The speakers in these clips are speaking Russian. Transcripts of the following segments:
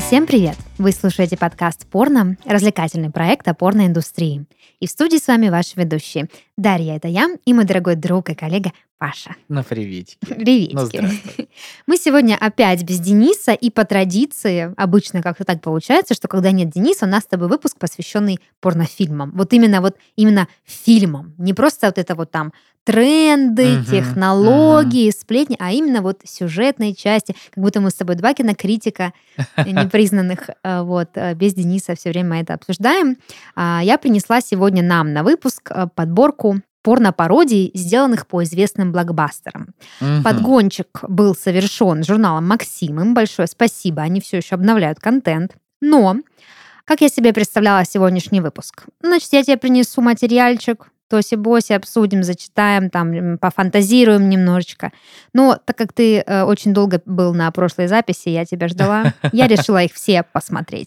Всем привет! Вы слушаете подкаст «Порно», развлекательный проект о порноиндустрии. И в студии с вами ваши ведущие. Дарья, это я, и мой дорогой друг и коллега Паша. Ну, приветики. Приветики. Ну, здравствуй. Мы сегодня опять без Дениса, и по традиции, обычно как-то так получается, что когда нет Дениса, у нас с тобой выпуск, посвященный порнофильмам. Вот именно фильмам. Не просто вот это вот там тренды, технологии, сплетни, а именно вот сюжетной части. Как будто мы с тобой два кинокритика непризнанных. Без Дениса все время мы это обсуждаем. Я принесла сегодня нам на выпуск подборку порно-пародий, сделанных по известным блокбастерам. Подгончик был совершен журналом «Максим». Им большое спасибо, они все еще обновляют контент. Но, как я себе представляла сегодняшний выпуск? Значит, я тебе принесу материальчик, тоси-боси, обсудим, зачитаем, там, пофантазируем немножечко. Но так как ты очень долго был на прошлой записи, я тебя ждала, я решила их все посмотреть.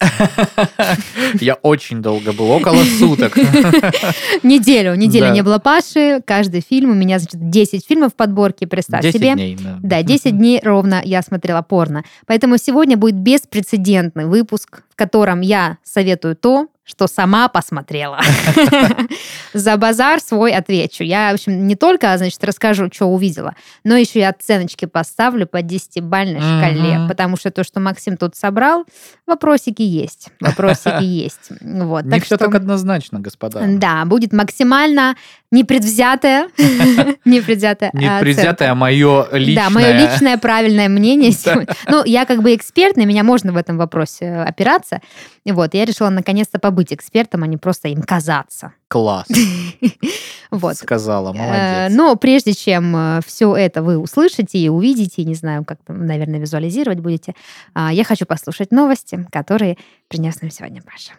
Я очень долго был, около суток. Неделю не было Паши, каждый фильм, у меня, значит, 10 фильмов в подборке, представь 10 себе. дней, да. Да, 10 дней ровно я смотрела порно. Поэтому сегодня будет беспрецедентный выпуск, в котором я советую то, что сама посмотрела. За базар свой отвечу. Я, в общем, не только, значит, расскажу, что увидела, но еще и оценочки поставлю по 10-бальной шкале, потому что то, что Максим тут собрал, вопросики есть. Вопросики есть. Вот. Не все так однозначно, господа. Да, будет максимально непредвзятое Непредвзятое мое личное. Да, мое личное правильное мнение сегодня. Ну, я как бы эксперт, на меня можно в этом вопросе опираться. Вот, я решила наконец-то побыть экспертом, а не просто им казаться. Класс. Вот. Сказала, молодец. Но прежде чем все это вы услышите и увидите, не знаю, как, наверное, визуализировать будете, я хочу послушать новости, которые принес нам сегодня Паша.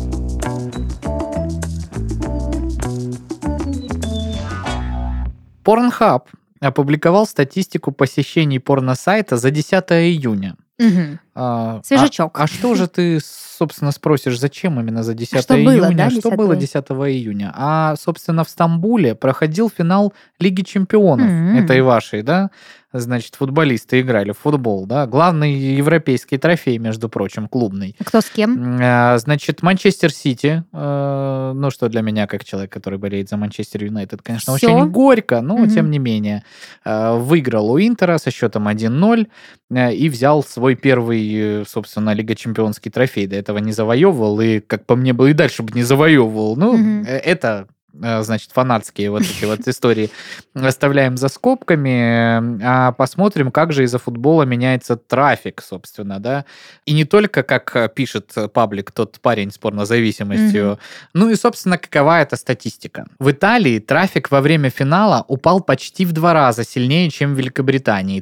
Pornhub опубликовал статистику посещений порносайта за 10 июня. Свежачок. А что же ты, собственно, спросишь, зачем именно за 10 что июня? Было, да, что было 10 июня? А, собственно, в Стамбуле проходил финал Лиги чемпионов, этой вашей, да? Значит, футболисты играли в футбол, да? Главный европейский трофей, между прочим, клубный. Кто с кем? Значит, Манчестер Сити, ну, что для меня, как человек, который болеет за Манчестер Юнайтед, конечно, очень горько, но, тем не менее, выиграл у Интера со счетом 1-0 и взял свой первый, собственно, Лига-чемпионский трофей. До этого не завоевывал, и, как по мне, был и дальше бы не завоевывал. Ну, это... значит, фанатские вот эти вот истории оставляем за скобками, а посмотрим, как же из-за футбола меняется трафик, собственно, да, и не только, как пишет паблик тот парень с порнозависимостью, ну и, собственно, какова эта статистика. В Италии трафик во время финала упал почти в 2 раза сильнее, чем в Великобритании,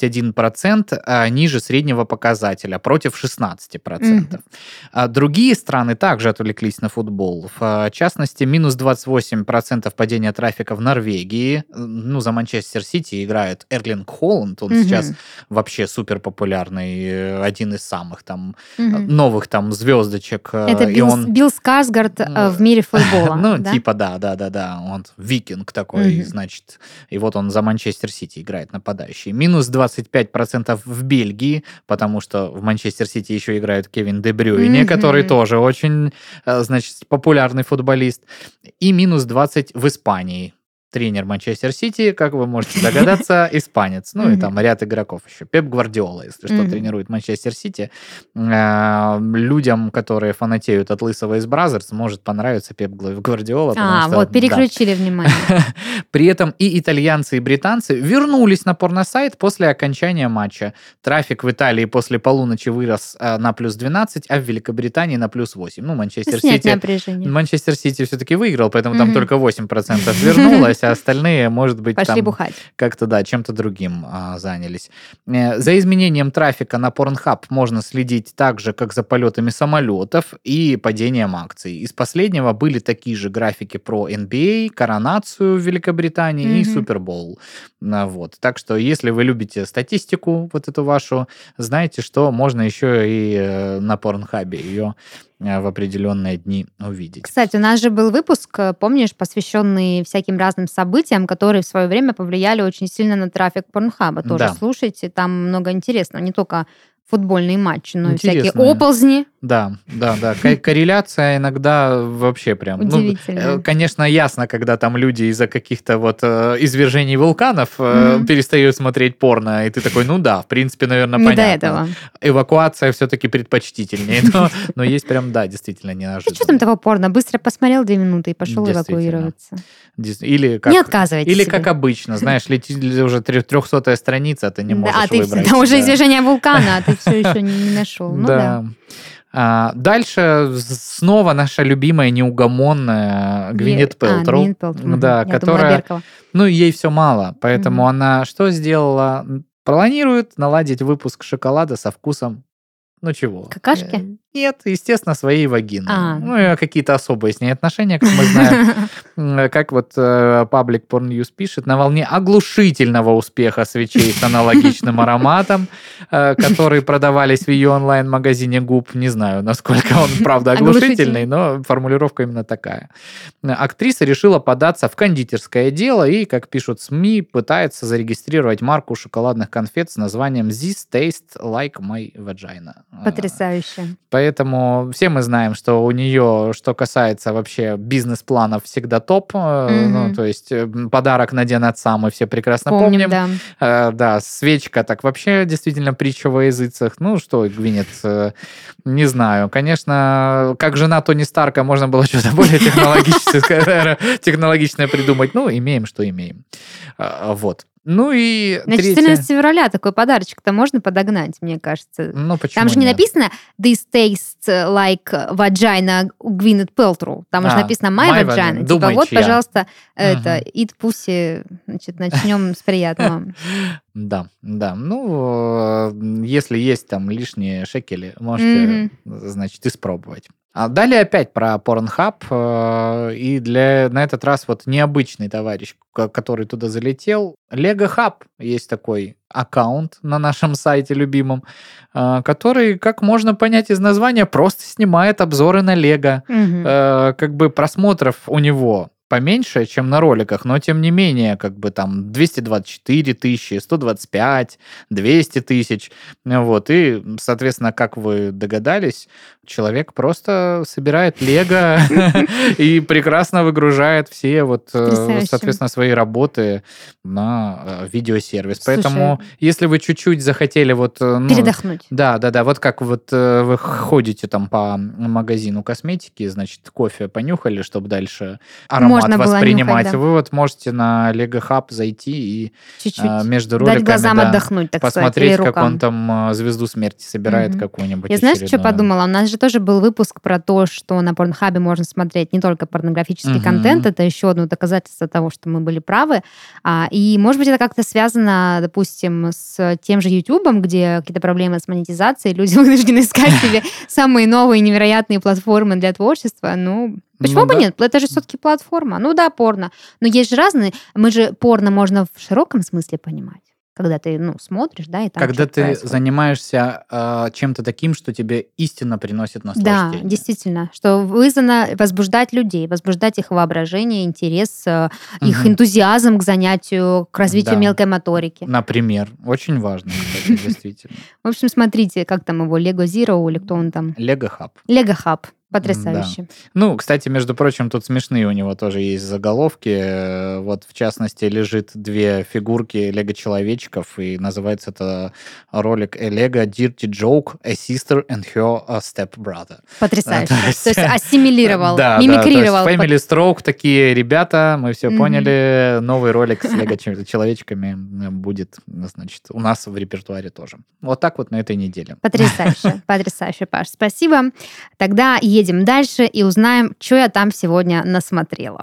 31% ниже среднего показателя, против 16%. Другие страны также отвлеклись на футбол, в частности, минус 28% падения трафика в Норвегии. Ну, за Манчестер Сити играет Эрлинг Холланд. Он сейчас вообще супер популярный, один из самых там новых там звездочек. Это Билл Скарсгард в мире футбола. Ну, да? Типа, да. Он викинг такой, значит. И вот он за Манчестер Сити играет, нападающий. Минус 25% в Бельгии, потому что в Манчестер Сити еще играет Кевин Де Брюйне, который тоже очень, значит, популярный футболист. И минус 20 в Испании. Тренер Манчестер Сити, как вы можете догадаться, испанец. Ну и там ряд игроков еще. Пеп Гвардиола, если что, тренирует Манчестер Сити. Людям, которые фанатеют от Лысого из Бразерс, может понравиться Пеп Гвардиола. Вот, переключили внимание. При этом и итальянцы, и британцы вернулись на порносайт после окончания матча. Трафик в Италии после полуночи вырос на плюс 12, а в Великобритании на плюс 8. Ну, Манчестер Сити все-таки выиграл, поэтому там только 8% вернулось, а остальные, может быть, пошли там бухать. Как-то, да, чем-то другим занялись. За изменением трафика на Pornhub можно следить так же, как за полетами самолетов и падением акций. Из последнего были такие же графики про NBA, коронацию в Великобритании и Супербоул. Вот. Так что, если вы любите статистику вот эту вашу, знаете, что можно еще и на Pornhub ее в определенные дни увидеть. Кстати, у нас же был выпуск, помнишь, посвященный всяким разным событиям, которые в свое время повлияли очень сильно на трафик Порнхаба. Тоже слушайте, там много интересного. Не только футбольные матчи, но и всякие Интересно. оползни. Да. Корреляция иногда вообще прям... Удивительно. Конечно, ясно, когда там люди из-за каких-то вот извержений вулканов перестают смотреть порно, и ты такой, в принципе, наверное, понятно. Не до этого. Эвакуация все-таки предпочтительнее, но есть прям, действительно неожиданно. Ты что там того порно? Быстро посмотрел 2 минуты и пошел эвакуироваться. Или как, Не отказывайтесь Или себе. как обычно, знаешь, летит уже 300-я страница, ты не можешь выбрать. Да, уже извержение вулкана, а ты все еще не нашел. Да. Дальше снова наша любимая неугомонная Гвинет Пэлтроу. Гвинет Пэлтроу. Да, которая... ей все мало, поэтому она что сделала? Планирует наладить выпуск шоколада со вкусом, чего? Какашки? Нет, естественно, своей вагины. И какие-то особые с ней отношения, как мы знаем. Как вот Public Porn News пишет, на волне оглушительного успеха свечей с аналогичным ароматом, которые продавались в ее онлайн-магазине губ. Не знаю, насколько он, правда, оглушительный, но формулировка именно такая. Актриса решила податься в кондитерское дело и, как пишут СМИ, пытается зарегистрировать марку шоколадных конфет с названием This Tastes Like My Vagina. Потрясающе. Поэтому все мы знаем, что у нее, что касается вообще бизнес-планов, всегда топ. То есть подарок на День отца мы все прекрасно помним. Да, свечка так вообще действительно притча во языцах. Что, Гвинет, не знаю. Конечно, как жена Тони Старка можно было что-то более технологичное придумать. Имеем, что имеем. Вот. И на 14 февраля такой подарочек-то можно подогнать, мне кажется. Почему Там же не написано This tastes like vagina Gwyneth Paltrow. Там же написано My vagina. Думай, вот, чья. пожалуйста, eat pussy. Значит, начнем с приятного. Да. Если есть там лишние шекели, можете, значит, испробовать. А далее опять про Pornhub, и на этот раз вот необычный товарищ, который туда залетел. Lego Hub есть такой аккаунт на нашем сайте любимом, который, как можно понять из названия, просто снимает обзоры на Лего. Как бы просмотров у него поменьше, чем на роликах, но тем не менее, как бы там 224 тысячи, 125, 200 тысяч. Вот. И, соответственно, как вы догадались, человек просто собирает лего и прекрасно выгружает все вот, соответственно, свои работы на видеосервис. Поэтому, если вы чуть-чуть захотели вот... передохнуть. Да. Вот как вот вы ходите там по магазину косметики, значит, кофе понюхали, чтобы дальше аромат воспринимать. Нюхать, да. Вы вот можете на Lego Hub зайти и чуть-чуть между роликами глазам отдохнуть, так посмотреть, сказать, как он там звезду смерти собирает какую-нибудь. Я знаешь, что подумала? У нас же тоже был выпуск про то, что на Порнхабе можно смотреть не только порнографический контент, это еще одно доказательство того, что мы были правы. И, может быть, это как-то связано, допустим, с тем же Ютубом, где какие-то проблемы с монетизацией, люди вынуждены искать себе самые новые невероятные платформы для творчества. Почему бы нет? Это же все-таки платформа. Да, порно. Но есть же разные. Мы же порно можно в широком смысле понимать. Когда ты, смотришь, да, и там когда ты происходит. Занимаешься чем-то таким, что тебе истинно приносит наслаждение. Да, действительно. Что вызвано возбуждать людей, возбуждать их воображение, интерес, их энтузиазм к занятию, к развитию мелкой моторики. Например. Очень важно, кстати, действительно. В общем, смотрите, как там его, Lego Zero или кто он там? Lego Hub. Lego Hub. Потрясающе. Да. Кстати, между прочим, тут смешные у него тоже есть заголовки. Вот, в частности, лежит 2 фигурки лего-человечков, и называется это ролик A Lego Dirty Joke, A Sister and Her Stepbrother. Потрясающе. То есть ассимилировал, мимикрировал. Да, Family Stroke, такие ребята, мы все поняли. Новый ролик с лего-человечками будет, значит, у нас в репертуаре тоже. Вот так вот на этой неделе. Потрясающе, Паш. Спасибо. Тогда едем дальше и узнаем, что я там сегодня насмотрела.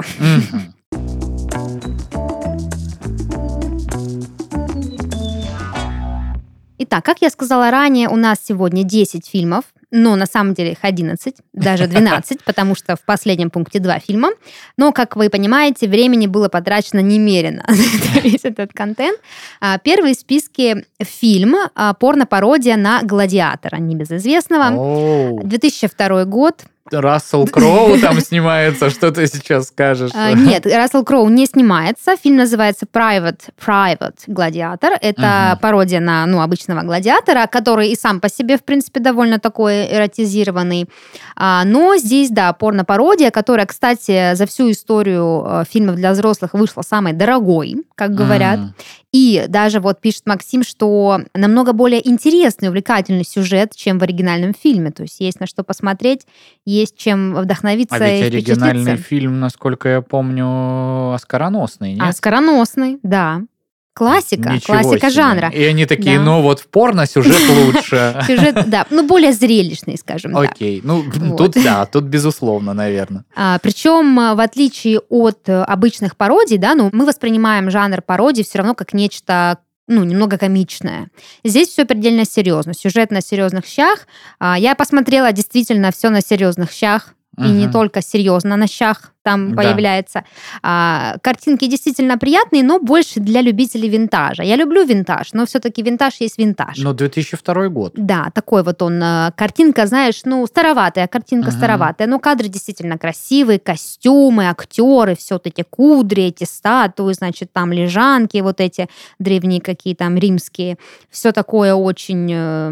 Итак, как я сказала ранее, у нас сегодня 10 фильмов, но на самом деле их 11, даже 12, потому что в последнем пункте 2 фильма. Но, как вы понимаете, времени было потрачено немерено на весь этот контент. Первый в списке фильм порно-пародия на «Гладиатора», небезызвестного. 2002 год. Рассел Кроу там снимается, что ты сейчас скажешь? Нет, Рассел Кроу не снимается. Фильм называется Private Gladiator. Это пародия на обычного гладиатора, который и сам по себе, в принципе, довольно такой эротизированный. Но здесь, да, порно-пародия, которая, кстати, за всю историю фильмов для взрослых вышла самой дорогой, как говорят. И даже вот пишет Максим, что намного более интересный, увлекательный сюжет, чем в оригинальном фильме. То есть есть на что посмотреть, есть чем вдохновиться и впечатлиться. А ведь оригинальный фильм, насколько я помню, оскароносный, нет? Оскароносный, да. Классика себе. жанра. И они такие, вот в порно сюжет лучше. Сюжет, да, более зрелищный, скажем так. Окей, тут безусловно, наверное. Причем, в отличие от обычных пародий, да, мы воспринимаем жанр пародии все равно как нечто немного комичное. Здесь все предельно серьезно. Сюжет на серьезных щах. Я посмотрела действительно все на серьезных щах. И не только серьезно на щах там появляется. Картинки действительно приятные, но больше для любителей винтажа. Я люблю винтаж, но все-таки винтаж есть винтаж. Но 2002 год. Да, такой вот он. Картинка, знаешь, староватая, староватая. Но кадры действительно красивые, костюмы, актеры, все вот эти кудри, эти статуи, значит, там лежанки вот эти древние какие там римские. Все такое очень,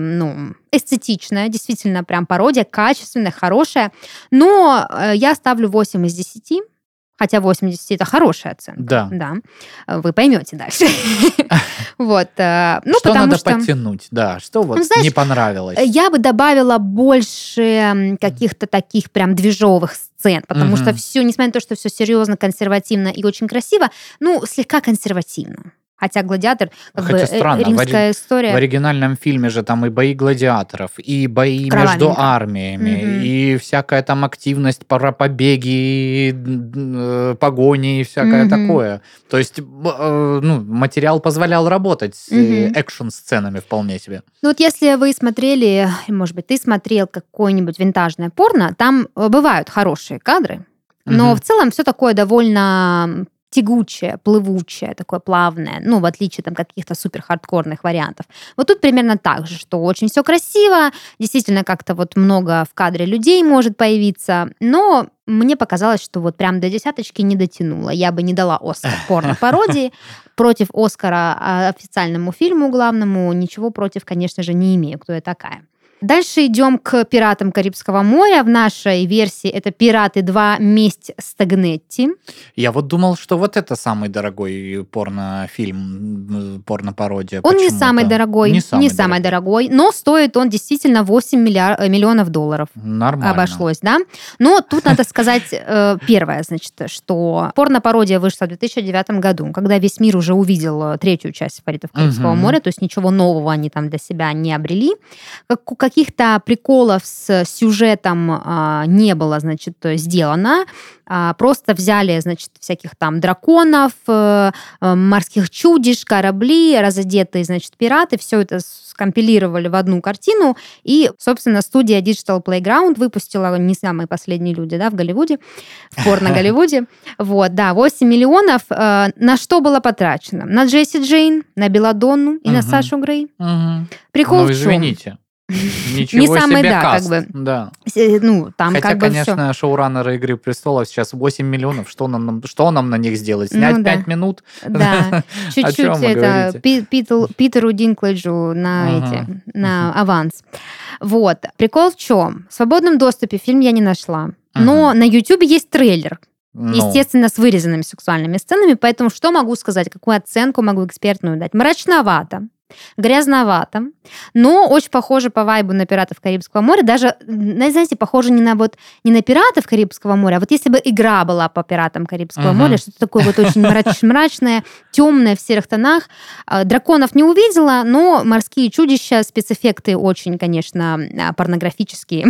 эстетичная, действительно прям пародия, качественная, хорошая. Но я ставлю 8 из 10. Хотя 80 это хорошая оценка. Да. Вы поймете дальше. Вот. Что надо подтянуть? Да, что вот не понравилось? Я бы добавила больше каких-то таких прям движовых сцен, потому что все, несмотря на то, что все серьезно, консервативно и очень красиво, слегка консервативно. Хотя «Гладиатор», странно, римская история. В оригинальном фильме же там и бои гладиаторов, и бои между армиями, и всякая там активность, побеги, погони и всякое такое. То есть материал позволял работать с экшн-сценами вполне себе. Вот если вы смотрели, может быть, ты смотрел какое-нибудь винтажное порно, там бывают хорошие кадры, но в целом все такое довольно тягучее, плывучее, такое плавное, в отличие там каких-то супер-хардкорных вариантов. Вот тут примерно так же, что очень все красиво, действительно как-то вот много в кадре людей может появиться, но мне показалось, что вот прям до 10 не дотянула. Я бы не дала Оскар порно-пародии. Против Оскара официальному фильму главному ничего против, конечно же, не имею, кто я такая. Дальше идем к «Пиратам Карибского моря». В нашей версии это «Пираты 2. Месть Стагнетти». Я вот думал, что вот это самый дорогой порнофильм, порно-пародия. Он не самый дорогой, не самый дорогой, но стоит он действительно 8 миллионов долларов. Нормально. Обошлось, да? Но тут надо сказать первое, значит, что порно-пародия вышла в 2009 году, когда весь мир уже увидел третью часть «Пиратов Карибского моря», то есть ничего нового они там для себя не обрели. Каких-то приколов с сюжетом не было, значит, сделано. Просто взяли, значит, всяких там драконов, морских чудищ, корабли, разодетые, значит, пираты, все это скомпилировали в одну картину, и, собственно, студия Digital Playground выпустила «Не самые последние люди», да, в Голливуде, в порно-Голливуде. Вот, да, 8 миллионов. На что было потрачено? На Джесси Джейн, на Белладонну и на Сашу Грей. Прикол в чем? Извините. Ничего не самый, себе да, каст. Как бы. Да. Там хотя, как бы конечно, шоураннеры «Игры престолов» сейчас 8 миллионов. Что нам на них сделать? Снять 5 минут? Да, чуть-чуть это Питеру Динклэджу на аванс. Вот. Прикол в чем? В свободном доступе фильм я не нашла. Но на YouTube есть трейлер. Естественно, с вырезанными сексуальными сценами. Поэтому что могу сказать? Какую оценку могу экспертную дать? Мрачновато. Грязновато, но очень похоже по вайбу на «Пиратов Карибского моря». Даже, знаете, похоже не на «Пиратов Карибского моря», а вот если бы игра была по «Пиратам Карибского моря», что-то такое вот очень мрачное, темное, в серых тонах. Драконов не увидела, но морские чудища, спецэффекты очень, конечно, порнографические,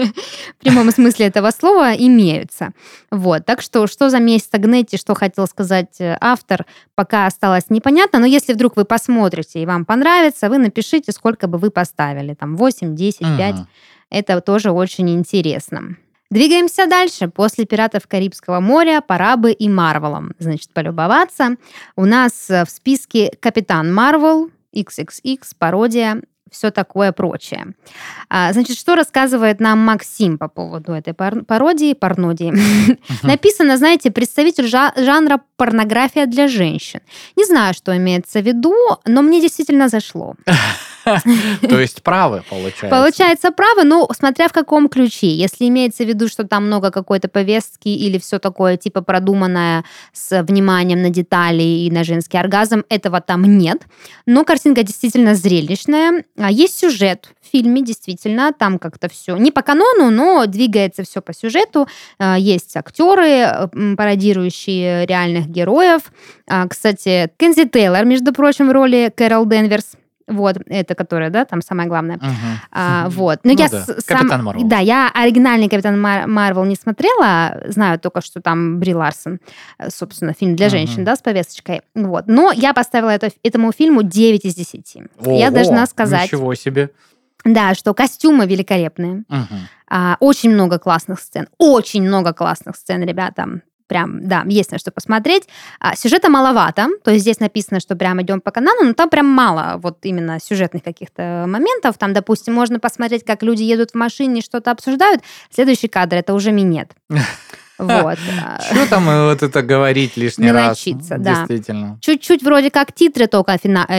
в прямом смысле этого слова, имеются. Вот. Так что за месть Стагнетти, что хотел сказать автор, пока осталось непонятно, но если вдруг вы посмотрите и вам понравится, вы напишите, сколько бы вы поставили. Там 8, 10, 5. Это тоже очень интересно. Двигаемся дальше. После «Пиратов Карибского моря» пора бы и Марвелом, значит, полюбоваться. У нас в списке «Капитан Марвел», XXX, пародия. все такое прочее. Значит, что рассказывает нам Максим по поводу этой пародии? Написано, знаете, представитель жанра порнография для женщин. Не знаю, что имеется в виду, но мне действительно зашло. То есть правы, получается. Получается правы, но смотря в каком ключе. Если имеется в виду, что там много какой-то повестки или все такое типа продуманное с вниманием на детали и на женский оргазм, этого там нет. Но картинка действительно зрелищная. Есть сюжет в фильме, действительно, там как-то все не по канону, но двигается все по сюжету. Есть актеры, пародирующие реальных героев. Кстати, Кензи Тейлор, между прочим, в роли Кэрол Денверс. Вот, это которая, да, там самое главное. Вот. Но я Капитан Марвел. Да, я оригинальный Капитан Марвел не смотрела, знаю только, что там Бри Ларсон, собственно, фильм для женщин, да, с повесточкой. Вот. Но я поставила этому фильму 9 из 10. Ого, я должна сказать... Ничего себе. Да, что костюмы великолепные. Очень много классных сцен. Очень много классных сцен, ребята. Прям, да, есть на что посмотреть. Сюжета маловато, то есть здесь написано, что прям идем по канону, но там прям мало вот именно сюжетных каких-то моментов. Там, допустим, можно посмотреть, как люди едут в машине, что-то обсуждают. Следующий кадр — это уже минет. Вот. Что там вот это говорить лишний раз? Мелочиться, да. Действительно. Чуть-чуть вроде как титры только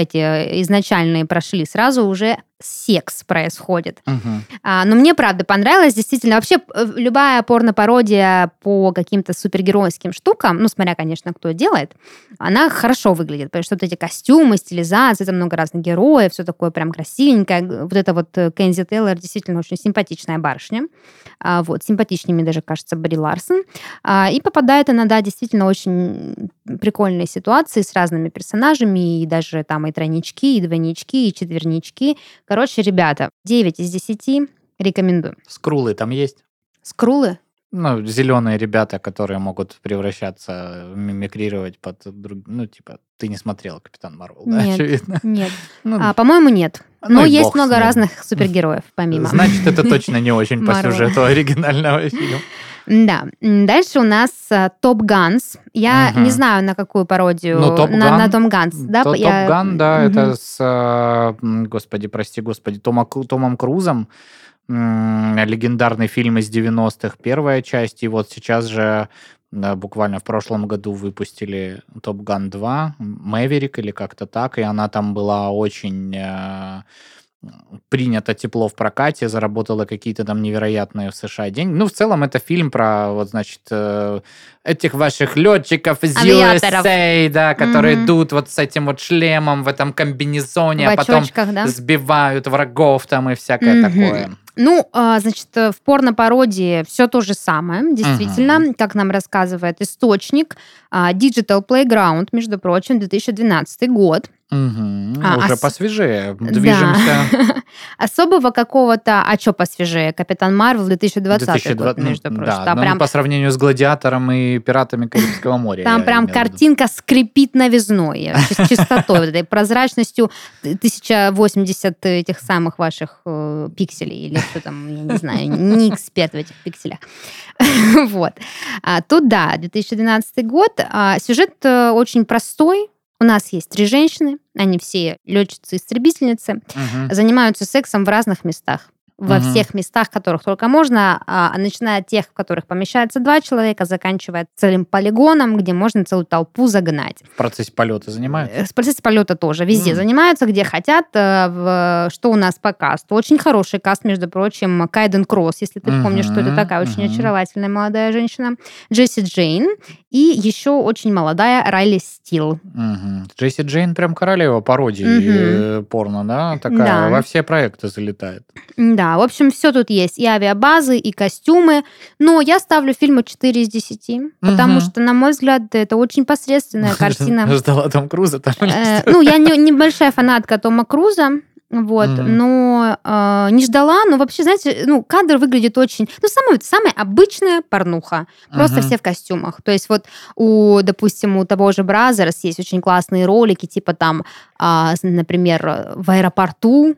эти изначальные прошли, сразу уже секс происходит. Но мне, правда, понравилось. Действительно, вообще любая порно-пародия по каким-то супергеройским штукам, ну, смотря, конечно, кто делает, она хорошо выглядит, потому что вот эти костюмы, стилизация, это много разных героев, все такое прям красивенькое. Вот это вот Кензи Тейлор действительно очень симпатичная барышня. Вот, симпатичнее мне даже кажется Бри Ларсон. И попадает она, да, действительно очень прикольные ситуации с разными персонажами, и даже там и тройнички, и двойнички, и четвернички. Короче, ребята, 9 из 10 рекомендую. Скрулы там есть? Скрулы? Ну, зеленые ребята, которые могут превращаться, мимикрировать под другим. Ну, типа, ты не смотрела «Капитан Марвел», да, Нет, очевидно? Нет. Ну, по-моему, нет. ну Но и есть бог с много ним. разных супергероев, помимо. Значит, это точно не очень по Марвел. сюжету оригинального фильма. Да. Дальше у нас Топ Ганс. Я не знаю, на какую пародию. Ну, Топ на Ган. Том Ганс. Да, Топ Ган, да, Мгм. это с, господи, Томом Крузом. Легендарный фильм из 90-х, первая часть. И вот сейчас же буквально в прошлом году выпустили Топ Ган 2, Мэверик или как-то так, и она там была очень принято тепло в прокате, заработала какие-то там невероятные в США деньги. Ну, в целом, это фильм про, вот, значит, этих ваших летчиков из Авиаторов. USA, да, которые Мгм. идут вот с этим вот шлемом в этом комбинезоне, В а потом очочках, да? сбивают врагов там и всякое Мгм. такое. Ну, значит, в порно-пародии все то же самое, действительно, как нам рассказывает источник. Digital Playground, между прочим, 2012 год. Уже посвежее. Да. Движемся. Особого какого-то... А что посвежее? Капитан Марвел 2020 год, между прочим. Да, Там но прям, по сравнению с «Гладиатором» и «Пиратами Карибского моря». там я прям имел в виду. картинка скрипит новизной, чистотой, вот этой прозрачностью 1080 этих самых ваших пикселей. Или что там, я не знаю, не эксперт в этих пикселях. Вот. Тут, да, 2012 год. Сюжет очень простой. У нас есть 3 женщины, они все летчицы-истребительницы, занимаются сексом в разных местах. Во всех местах, в которых только можно, начиная от тех, в которых помещается 2 человека, заканчивая целым полигоном, где можно целую толпу загнать. В процессе полета занимаются? В процессе полета тоже. Везде занимаются, где хотят. Что у нас по касту? Очень хороший каст, между прочим. Кайден Кросс, если ты помнишь, что это такая очень очаровательная молодая женщина. Джесси Джейн. И еще очень молодая Райли Стил. Джесси Джейн прям королева пародии порно, да? Такая Да. во все проекты залетает. Да, в общем, все тут есть. И авиабазы, и костюмы. Но я ставлю фильму 4 из 10, потому что, на мой взгляд, это очень посредственная картина. Ждала Том Круза там? Ну, я небольшая фанатка Тома Круза, вот, но не ждала. Но вообще, знаете, кадр выглядит очень... самая обычная порнуха. Просто все в костюмах. То есть вот, допустим, у того же Бразерс есть очень классные ролики, типа там, например, в аэропорту,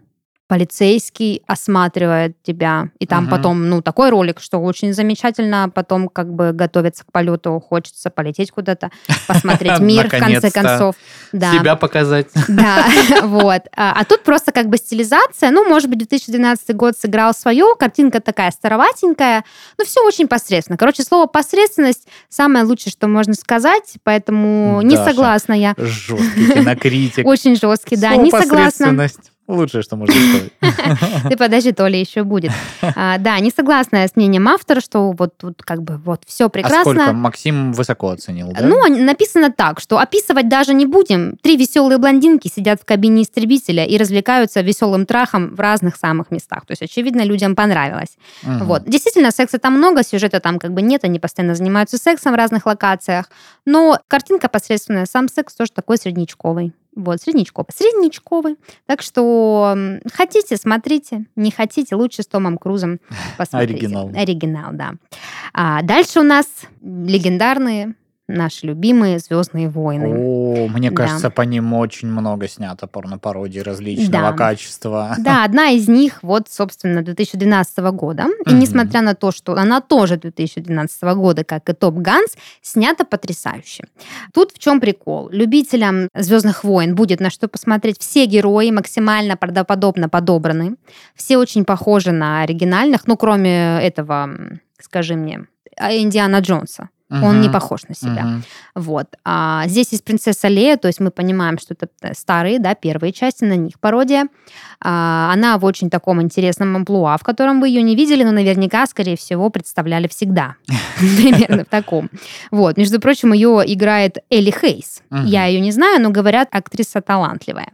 полицейский осматривает тебя, и там потом, такой ролик, что очень замечательно, потом как бы готовиться к полету, хочется полететь куда-то, посмотреть мир, в конце концов. Да. Себя показать. Да, вот. А тут просто как бы стилизация, может быть, 2012 год сыграл свое, картинка такая староватенькая, все очень посредственно. Короче, слово «посредственность» самое лучшее, что можно сказать, поэтому не согласна я. Жесткий кинокритик. Очень жесткий, да, не согласна. Лучшее, что можно сказать. Ты подожди, то ли еще будет. Да, не согласна с мнением автора, что вот тут как бы вот все прекрасно. А сколько Максим высоко оценил, да? Написано так, что описывать даже не будем. 3 веселые блондинки сидят в кабине истребителя и развлекаются веселым трахом в разных самых местах. То есть, очевидно, людям понравилось. Вот. Действительно, секса там много, сюжета там как бы нет, они постоянно занимаются сексом в разных локациях. Но картинка посредственная, сам секс тоже такой среднячковый. Вот, среднячковый. Так что хотите, смотрите. Не хотите, лучше с Томом Крузом посмотрите. Оригинал, да. Дальше у нас легендарные, наши любимые «Звездные войны». Мне кажется, по ним очень много снято порно-пародий различного качества. Да, одна из них, собственно, 2012 года. И несмотря на то, что она тоже 2012 года, как и «Топ Ганс», снята потрясающе. Тут в чем прикол? Любителям «Звездных войн» будет на что посмотреть. Все герои максимально правдоподобно подобраны. Все очень похожи на оригинальных, кроме этого, скажи мне, Индиана Джонса. Он не похож на себя. Вот. А здесь есть принцесса Лея, то есть мы понимаем, что это старые, первые части, на них пародия. Она в очень таком интересном амплуа, в котором вы ее не видели, но наверняка, скорее всего, представляли всегда. Примерно в таком. Вот. Между прочим, ее играет Элли Хейс. Я ее не знаю, но говорят, актриса талантливая.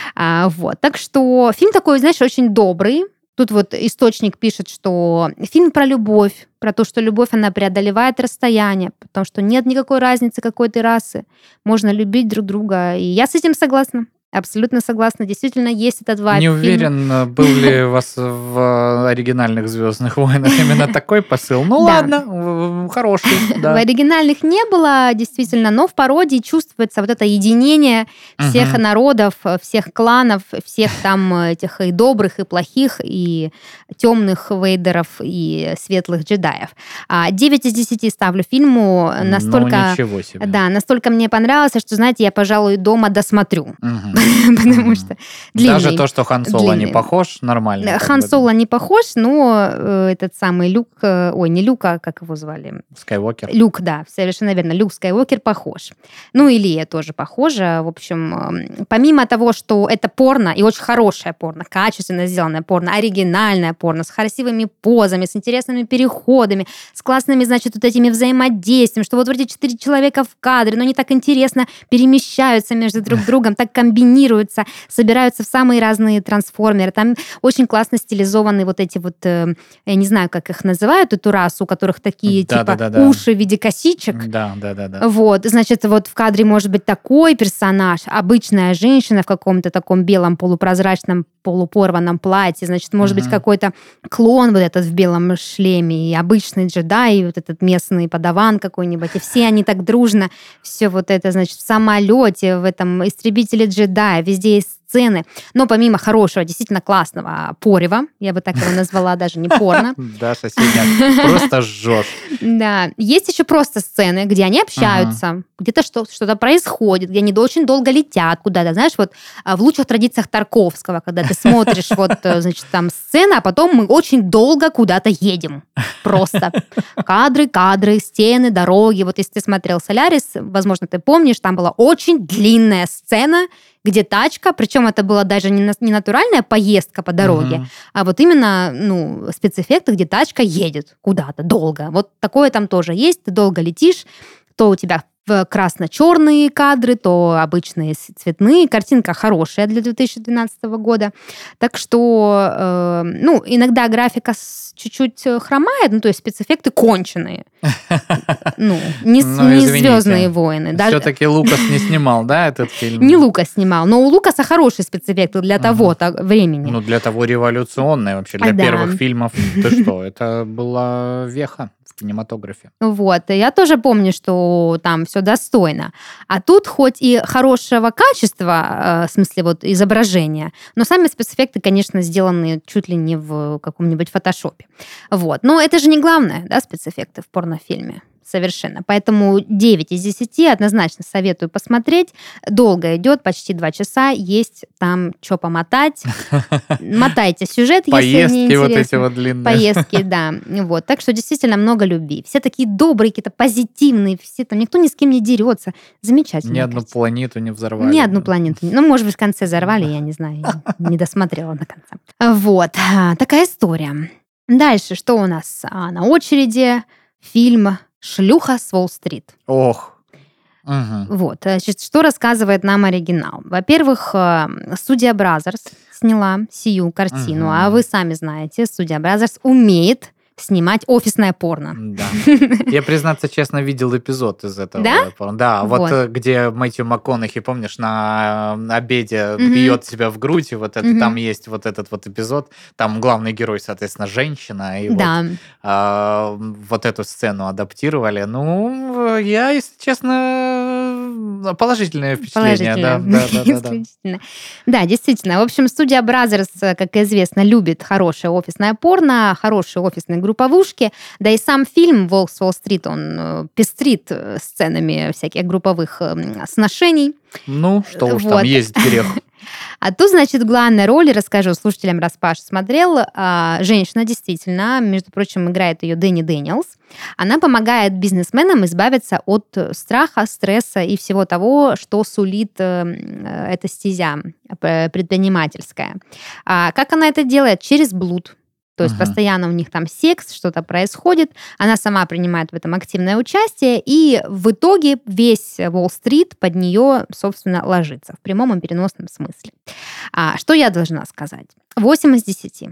Вот. Так что фильм такой, знаешь, очень добрый. Тут источник пишет, что фильм про любовь, про то, что любовь, она преодолевает расстояние, потому что нет никакой разницы, какой ты расы. Можно любить друг друга. И я с этим согласна. Абсолютно согласна. Действительно, есть этот вайб. Не уверен, был ли у вас в оригинальных «Звездных войнах» именно такой посыл. Ладно, хороший. Да. В оригинальных не было, действительно, но в пародии чувствуется вот это единение всех народов, всех кланов, всех там этих и добрых, и плохих, и темных вейдеров, и светлых джедаев. 9 из 10 ставлю фильму. Настолько, ничего себе. Да, настолько мне понравилось, что, знаете, я, пожалуй, дома досмотрю. Потому что длинный. Даже то, что Хан Соло не похож, нормально. Хан Соло не похож, но этот самый Люк... не Люк, а как его звали? Скайуокер. Люк, да, совершенно верно. Люк Скайуокер похож. И Лея тоже похожа. В общем, помимо того, что это порно, и очень хорошее порно, качественно сделанное порно, оригинальное порно, с красивыми позами, с интересными переходами, с классными, значит, вот этими взаимодействиями, что вот эти 4 человека в кадре, но они так интересно перемещаются между друг другом, так комбинируются, собираются в самые разные трансформеры. Там очень классно стилизованы вот эти я не знаю, как их называют, эту расу, у которых такие уши в виде косичек. Да. Вот, значит, в кадре может быть такой персонаж, обычная женщина в каком-то таком белом полупрозрачном полупорванном платье, значит, может быть какой-то клон вот этот в белом шлеме, и обычный джедай, и вот этот местный подаван какой-нибудь, и все они так дружно, все вот это, значит, в самолете, в этом истребителе джедая, везде есть сцены. Но помимо хорошего, действительно классного порева, я бы так его назвала, даже не порно. Даша сегодня просто жжешь. Да. Есть еще просто сцены, где они общаются, где-то что-то происходит, где они очень долго летят куда-то. Знаешь, в лучших традициях Тарковского, когда ты смотришь значит, там сцена, а потом мы очень долго куда-то едем. Просто. Кадры, стены, дороги. Вот если ты смотрел «Солярис», возможно, ты помнишь, там была очень длинная сцена, где тачка, причем это была даже не натуральная поездка по дороге, а вот именно спецэффекты, где тачка едет куда-то долго. Вот такое там тоже есть, ты долго летишь, то у тебя красно-черные кадры, то обычные цветные. Картинка хорошая для 2012 года. Так что, иногда графика чуть-чуть хромает, то есть спецэффекты конченые. Не «Звездные войны». Все-таки Лукас не снимал, да, этот фильм? Не Лукас снимал, но у Лукаса хорошие спецэффекты для того времени. Для того революционные вообще, для первых фильмов. Ты что, это была веха в кинематографе. Вот. Я тоже помню, что там все достойно. А тут хоть и хорошего качества, в смысле вот изображения, но сами спецэффекты, конечно, сделаны чуть ли не в каком-нибудь фотошопе. Вот. Но это же не главное, да, спецэффекты в порнофильме. Совершенно. Поэтому 9 из 10 однозначно советую посмотреть. Долго идет, почти 2 часа. Есть там что помотать. Мотайте сюжет, если не интересно. Поездки вот эти вот длинные. Поездки, да. Вот. Так что действительно много любви. Все такие добрые, какие-то позитивные. Все там, никто ни с кем не дерется. Замечательно. Ни одну планету не взорвали. Ни одну планету. Ну, может быть, в конце взорвали, я не знаю. Не досмотрела до конца. Вот. Такая история. Дальше, что у нас на очереди? Фильм «Шлюха с Уолл-стрит». Ох. Угу. Вот. Значит, что рассказывает нам оригинал? Во-первых, студия Бразерс сняла сию картину, а вы сами знаете, студия Бразерс умеет снимать офисное порно. Да. Я, признаться честно, видел эпизод из этого. Да? порно. Да, вот где Мэтью МакКонахи, помнишь, на обеде бьет себя в грудь, и вот это, там есть вот этот вот эпизод, там главный герой, соответственно, женщина, и Да. вот эту сцену адаптировали. Ну, я, если честно, положительное впечатление. Исключительно. Да, действительно. В общем, студия Бразерс, как известно, любит хорошее офисное порно, хорошие офисные групповушки. Да и сам фильм «Волк с Уолл-стрит», он пестрит сценами всяких групповых сношений. Ну, что уж там есть грех. А тут, значит, главная роль, расскажу слушателям, раз Паша смотрел, женщина действительно, между прочим, играет ее Дэнни Дэниелс. Она помогает бизнесменам избавиться от страха, стресса и всего того, что сулит эта стезя предпринимательская. Как она это делает? Через блуд. То есть постоянно у них там секс, что-то происходит, она сама принимает в этом активное участие, и в итоге весь Уолл-стрит под нее, собственно, ложится в прямом и переносном смысле. Что я должна сказать? 8 из 10.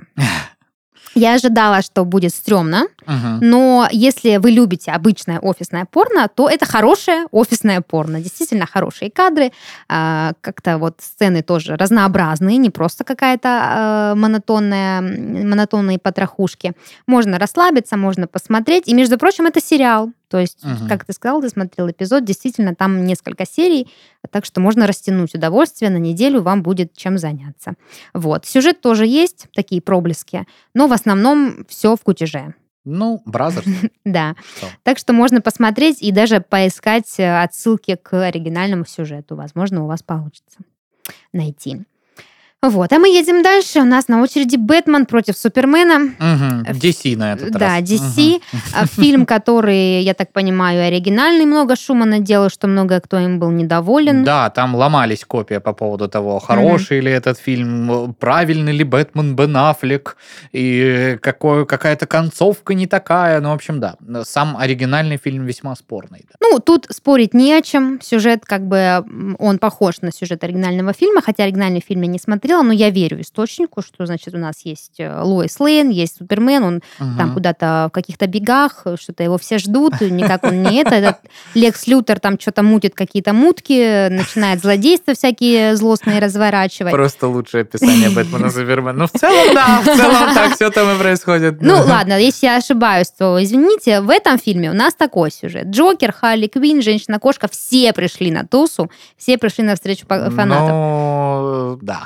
Я ожидала, что будет стрёмно, но если вы любите обычное офисное порно, то это хорошее офисное порно. Действительно хорошие кадры, как-то вот сцены тоже разнообразные, не просто какая-то монотонные потрохушки. Можно расслабиться, можно посмотреть. И, между прочим, это сериал. То есть, как ты сказал, ты смотрел эпизод, действительно, там несколько серий, так что можно растянуть удовольствие, на неделю вам будет чем заняться. Вот. Сюжет тоже есть, такие проблески, но в основном все в кутеже. Ну, Бразерс. Да. Так что можно посмотреть и даже поискать отсылки к оригинальному сюжету. Возможно, у вас получится найти. Вот, а мы едем дальше. У нас на очереди «Бэтмен против Супермена». DC на этот раз. Да, DC. Фильм, который, я так понимаю, оригинальный, много шума наделал, что много кто им был недоволен. Да, там ломались копии по поводу того, хороший ли этот фильм, правильный ли Бэтмен Бен Аффлек, и какая-то концовка не такая. Ну, в общем, да. Сам оригинальный фильм весьма спорный. Да. Ну, тут спорить не о чем. Сюжет, как бы, он похож на сюжет оригинального фильма, хотя оригинальный фильм я не смотрела, но я верю источнику, что, значит, у нас есть Лоис Лейн, есть Супермен, он там куда-то в каких-то бегах, что-то его все ждут, никак он не это. Этот Лекс Лютер там что-то мутит, какие-то мутки, начинает злодейства всякие злостные разворачивать. Просто лучшее описание Бэтмена Супермена. Ну, в целом, да, в целом так все там и происходит. Ну, ладно, если я ошибаюсь, то извините, в этом фильме у нас такой сюжет. Джокер, Харли Квинн, Женщина-кошка, все пришли на тусу, все пришли на встречу фанатов. Ну, да.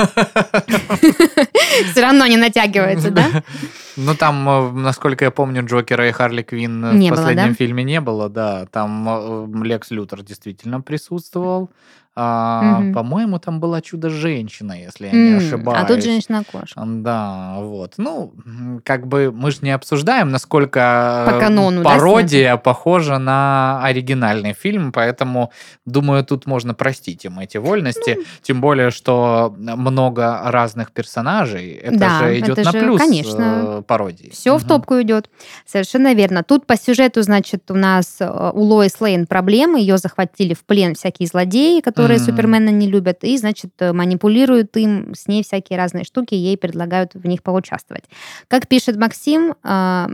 Все равно не натягивается, да? Ну, там, насколько я помню, Джокера и Харли Квинн в последнем фильме не было, да. Там Лекс Лютер действительно присутствовал. По-моему, там была Чудо-женщина, если я не ошибаюсь. А тут Женщина-кошка. Да, вот. Ну, как бы мы же не обсуждаем, насколько по канону, пародия похожа на оригинальный фильм, поэтому, думаю, тут можно простить им эти вольности. Тем более, что много разных персонажей. Это же идет на плюс, конечно, пародии. Все в топку идет. Совершенно верно. Тут по сюжету, значит, у нас у Лоис Лейн проблемы. Ее захватили в плен всякие злодеи, которые Супермена не любят, и, значит, манипулируют им, с ней всякие разные штуки, ей предлагают в них поучаствовать. Как пишет Максим,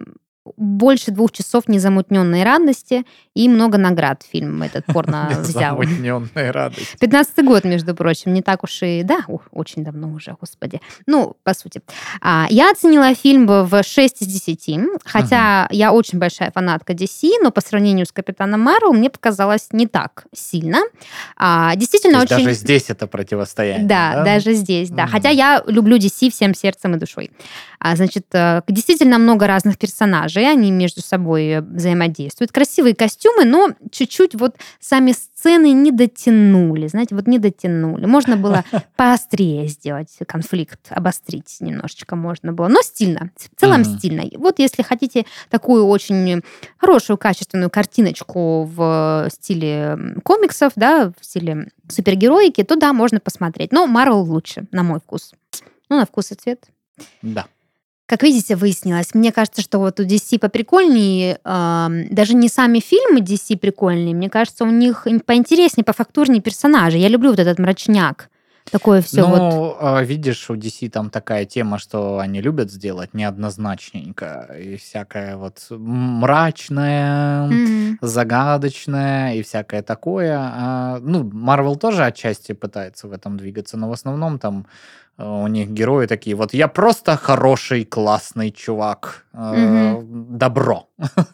больше 2 часов незамутненной радости и много наград фильм этот порно взял. Незамутненной радости. 15-й год, между прочим, не так уж и... Да, очень давно уже, господи. Ну, по сути. Я оценила фильм в 6 из 10, хотя я очень большая фанатка DC, но по сравнению с Капитаном Марвел мне показалось не так сильно. Действительно, очень... Даже здесь это противостояние, да? Даже здесь, да. Хотя я люблю DC всем сердцем и душой. Значит, действительно много разных персонажей, они между собой взаимодействуют. Красивые костюмы, но чуть-чуть вот сами сцены не дотянули, знаете, вот не дотянули. Можно было поострее сделать конфликт, обострить немножечко можно было, но стильно, в целом стильно. Вот если хотите такую очень хорошую, качественную картиночку в стиле комиксов, да, в стиле супергероики, то да, можно посмотреть. Но Marvel лучше, на мой вкус. Ну, на вкус и цвет. Да. Как видите, выяснилось. Мне кажется, что вот у DC поприкольнее, даже не сами фильмы DC прикольные, мне кажется, у них поинтереснее, пофактурнее персонажи. Я люблю вот этот мрачняк. Такое все видишь, у DC там такая тема, что они любят сделать неоднозначненько. И всякое вот мрачное, загадочное и всякое такое. Marvel тоже отчасти пытается в этом двигаться, но в основном там у них герои такие, вот я просто хороший, классный чувак. Добро.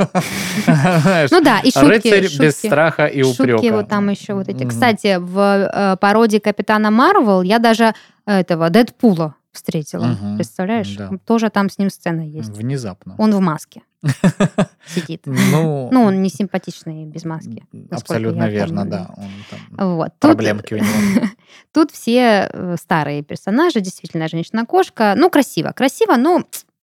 Ну да, и шутки. Рыцарь без страха и упрека. Шутки вот там еще вот эти. Кстати, в пародии Капитана Марвел я даже этого Дэдпула встретила. Представляешь? Да. Тоже там с ним сцена есть. Внезапно. Он в маске сидит. Ну, он не симпатичный без маски. Абсолютно верно, да. Он там вот. Проблемки у него. Тут все старые персонажи, действительно, женщина-кошка. Ну, красиво, но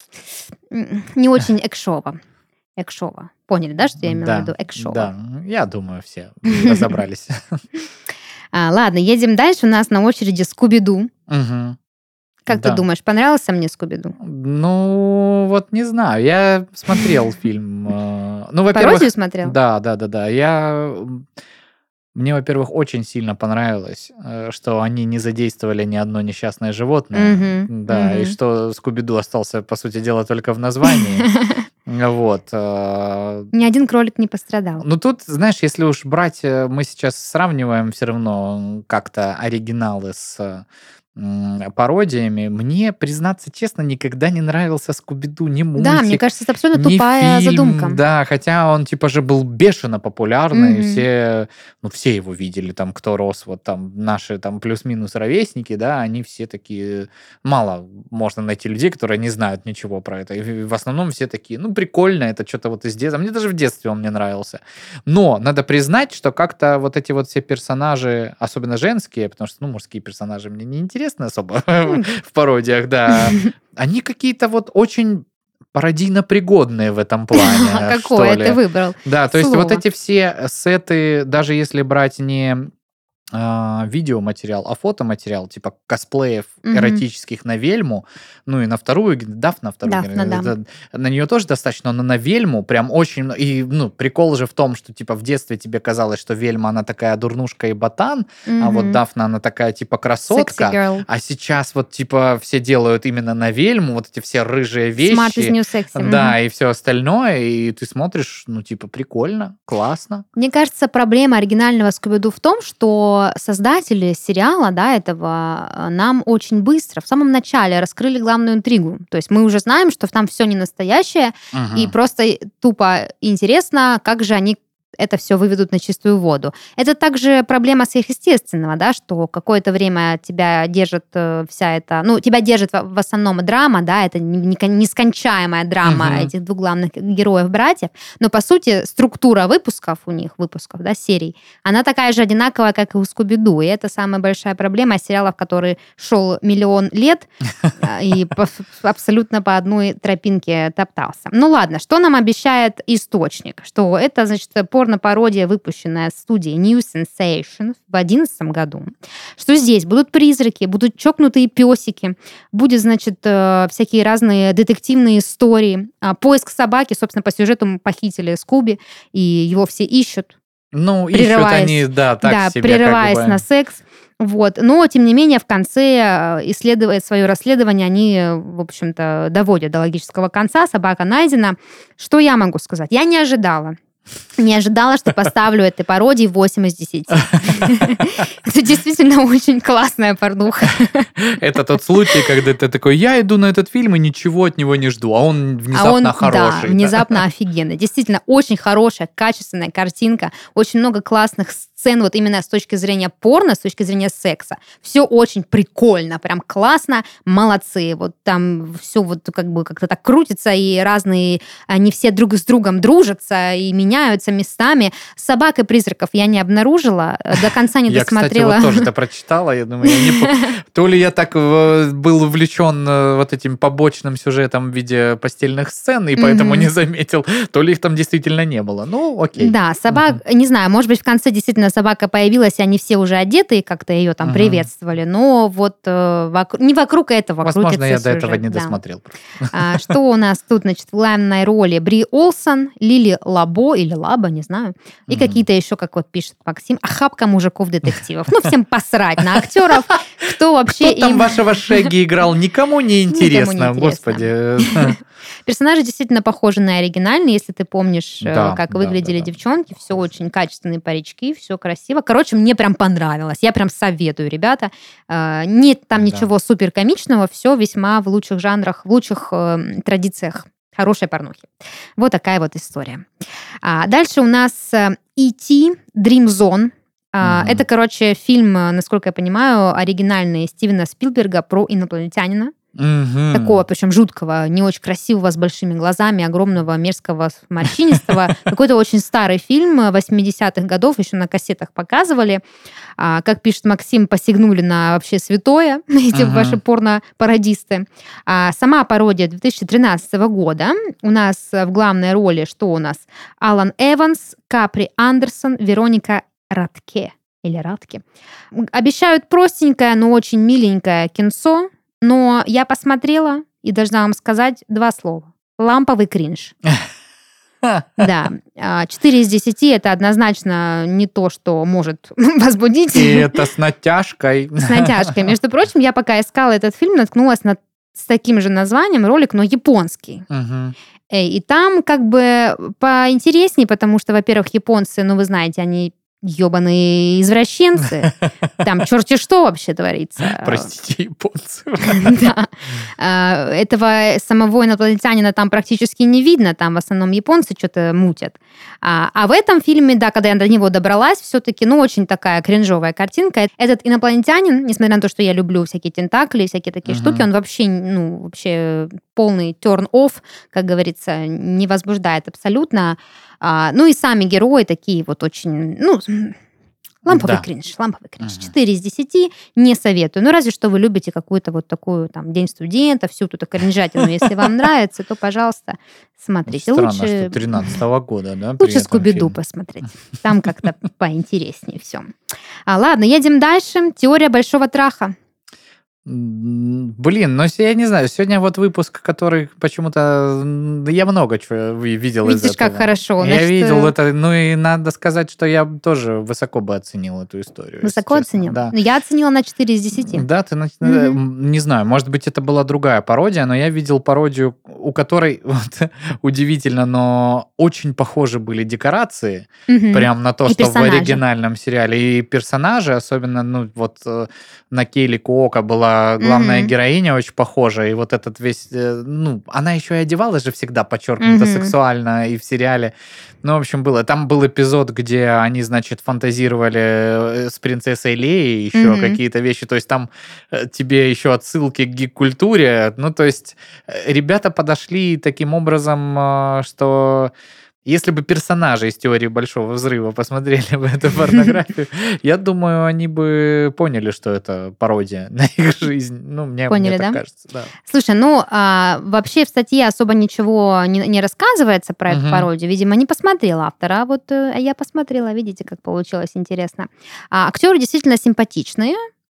не очень экшово. Поняли, да, что я имела в виду? Экшово. Да, я думаю, все разобрались. Ладно, едем дальше. У нас на очереди Скуби-Ду. Как ты думаешь, понравился мне Скуби-Ду? Ну, вот не знаю. Я смотрел фильм. Пародию смотрел? Да. Мне, во-первых, очень сильно понравилось, что они не задействовали ни одно несчастное животное. И что Скуби-Ду остался, по сути дела, только в названии. Вот. Ни один кролик не пострадал. Ну, тут, знаешь, если уж брать, мы сейчас сравниваем все равно как-то оригиналы с пародиями. Мне, признаться честно, никогда не нравился Скуби-Ду, ни мультик, да, мне кажется, это абсолютно ни тупая фильм, задумка. Да, хотя он типа же был бешено популярный, все его видели, там, кто рос, вот там наши там плюс-минус ровесники, да, они все такие, мало можно найти людей, которые не знают ничего про это. И в основном все такие, прикольно, это что-то вот из детства. Мне даже в детстве он мне нравился. Но надо признать, что как-то вот эти вот все персонажи, особенно женские, потому что, мужские персонажи мне не интересны особо в пародиях, да. Они какие-то вот очень пародийно пригодные в этом плане. Какое ты выбрал? Да, то есть вот эти все сеты, даже если брать не видеоматериал, а фотоматериал, типа косплеев эротических на Вельму, и на вторую, Дафна, на нее тоже достаточно, но на Вельму прям очень... И, прикол же в том, что, типа, в детстве тебе казалось, что Вельма, она такая дурнушка и ботан, а вот Дафна, она такая, типа, красотка, а сейчас вот, типа, все делают именно на Вельму, вот эти все рыжие вещи. Smart is new sexy. Да, и все остальное, и ты смотришь, типа, прикольно, классно. Мне кажется, проблема оригинального Скуби-Ду в том, что создатели сериала, да, этого, нам очень быстро, в самом начале раскрыли главную интригу. То есть мы уже знаем, что там все не настоящее, и просто тупо интересно, как же они это все выведут на чистую воду. Это также проблема сверхъестественного, да, что какое-то время тебя держит вся эта... тебя держит в основном драма, да, это нескончаемая драма этих двух главных героев-братьев, но, по сути, структура выпусков, да, серий, она такая же одинаковая, как и у Скуби-Ду, и это самая большая проблема сериалов, который шел 1 000 000 лет и абсолютно по одной тропинке топтался. Ну ладно, что нам обещает источник? Что это, значит, порно-пародия, выпущенная студией New Sensation в 2011 году. Что здесь будут призраки, будут чокнутые песики, будет, значит, всякие разные детективные истории, поиск собаки, собственно, по сюжету похитили Скуби, и его все ищут. Ну, ищут они, да, так да, себе, прерываясь как бы. на секс. Вот. Но, тем не менее, в конце, исследуя свое расследование, они, в общем-то, доводят до логического конца. Собака найдена. Что я могу сказать? Я не ожидала, что поставлю этой пародии 8 из 10. Это действительно очень классная порнуха. Это тот случай, когда ты такой, я иду на этот фильм и ничего от него не жду, а он внезапно хороший. Да, внезапно офигенный. Действительно, очень хорошая, качественная картинка, очень много классных сцен, вот именно с точки зрения порно, с точки зрения секса. Все очень прикольно, прям классно, молодцы. Вот там все вот как бы как-то так крутится, и разные, они все друг с другом дружатся и меняются местами. С собакой-призраков я не обнаружила, до конца не досмотрела. Я, кстати, вот тоже это прочитала, я думаю, то ли я так был увлечен вот этим побочным сюжетом в виде постельных сцен, и поэтому не заметил, то ли их там действительно не было. Ну, окей. Да, собак, не знаю, может быть, в конце действительно собака появилась, и они все уже одеты, и как-то ее там приветствовали, но вот не вокруг этого возможно, крутится я сюжет. до этого не досмотрел. Что у нас тут, значит, в главной роли? Бри Олсон, Лили Лабо или Лаба, не знаю, и какие-то еще, как вот пишет Максим, охапка мужиков-детективов. Ну, всем посрать на актеров, кто вообще Кто там вашего Шегги играл, никому не интересно, господи. Персонажи действительно похожи на оригинальные, если ты помнишь, как выглядели девчонки. Все очень качественные парички, все красиво. Короче, мне прям понравилось. Я прям советую, ребята. Нет там ничего супер комичного, все весьма в лучших жанрах, в лучших традициях хорошей порнухи. Вот такая вот история. Дальше у нас E.T. Dream Zone. Это, короче, фильм, насколько я понимаю, оригинальный Стивена Спилберга про инопланетянина. Такого, причем жуткого, не очень красивого, с большими глазами, огромного, мерзкого, морщинистого. Какой-то очень старый фильм 80-х годов, еще на кассетах показывали. Как пишет Максим, посягнули на вообще святое эти ваши порно-пародисты. Сама пародия 2013 года. У нас в главной роли, что у нас? Алан Эванс, Капри Андерсон, Вероника Радке. Или Радке. Обещают простенькое, но очень миленькое кинцо. Но я посмотрела и должна вам сказать 2 слова. Ламповый кринж. Да. 4 из 10 это однозначно не то, что может возбудить. И это с натяжкой. С натяжкой. Между прочим, я пока искала этот фильм, наткнулась с таким же названием ролик, но японский. И там как бы поинтереснее, потому что, во-первых, японцы, ну вы знаете, они ёбаные извращенцы. Там черти что вообще творится. Простите, японцы. Да. Этого самого инопланетянина там практически не видно. Там в основном японцы что-то мутят. А в этом фильме, да, когда я до него добралась, все-таки, ну, очень такая кринжовая картинка. Этот инопланетянин, несмотря на то, что я люблю всякие тентакли, всякие такие штуки, он вообще полный turn-off, как говорится, не возбуждает абсолютно. Ну и сами герои такие вот очень, ламповый кринж. 4 из 10 не советую. Ну, разве что вы любите какую-то вот такую там День студента, всю эту кринжатину. Если вам нравится, то, пожалуйста, смотрите. Странно, что 13-го года, да? Лучше Скуби-Ду посмотреть. Там как-то поинтереснее все. Ладно, едем дальше. Теория большого траха. Блин, я не знаю, сегодня вот выпуск, который почему-то я много чего видел из этого. Видишь, как хорошо. Я видел это, и надо сказать, что я тоже высоко бы оценил эту историю. Высоко оценил? Да. Я оценила на 4 из 10. Да, ты не знаю, может быть, это была другая пародия, но я видел пародию, у которой, вот, удивительно, но очень похожи были декорации, прям на то, что в оригинальном сериале. И персонажи, особенно, на Кейли Куока была главная героиня очень похожа, и вот этот весь, она еще и одевалась же всегда подчеркнуто сексуально и в сериале. В общем, там был эпизод, где они, значит, фантазировали с принцессой Леей еще какие-то вещи, то есть там тебе еще отсылки к гик-культуре, то есть ребята подошли таким образом, что... Если бы персонажи из «Теории большого взрыва» посмотрели бы эту порнографию, я думаю, они бы поняли, что это пародия на их жизнь. Мне так кажется. Да. Слушай, вообще в статье особо ничего не рассказывается про эту пародию. Видимо, не посмотрел автор, а я посмотрела. Видите, как получилось интересно. Актеры действительно симпатичные.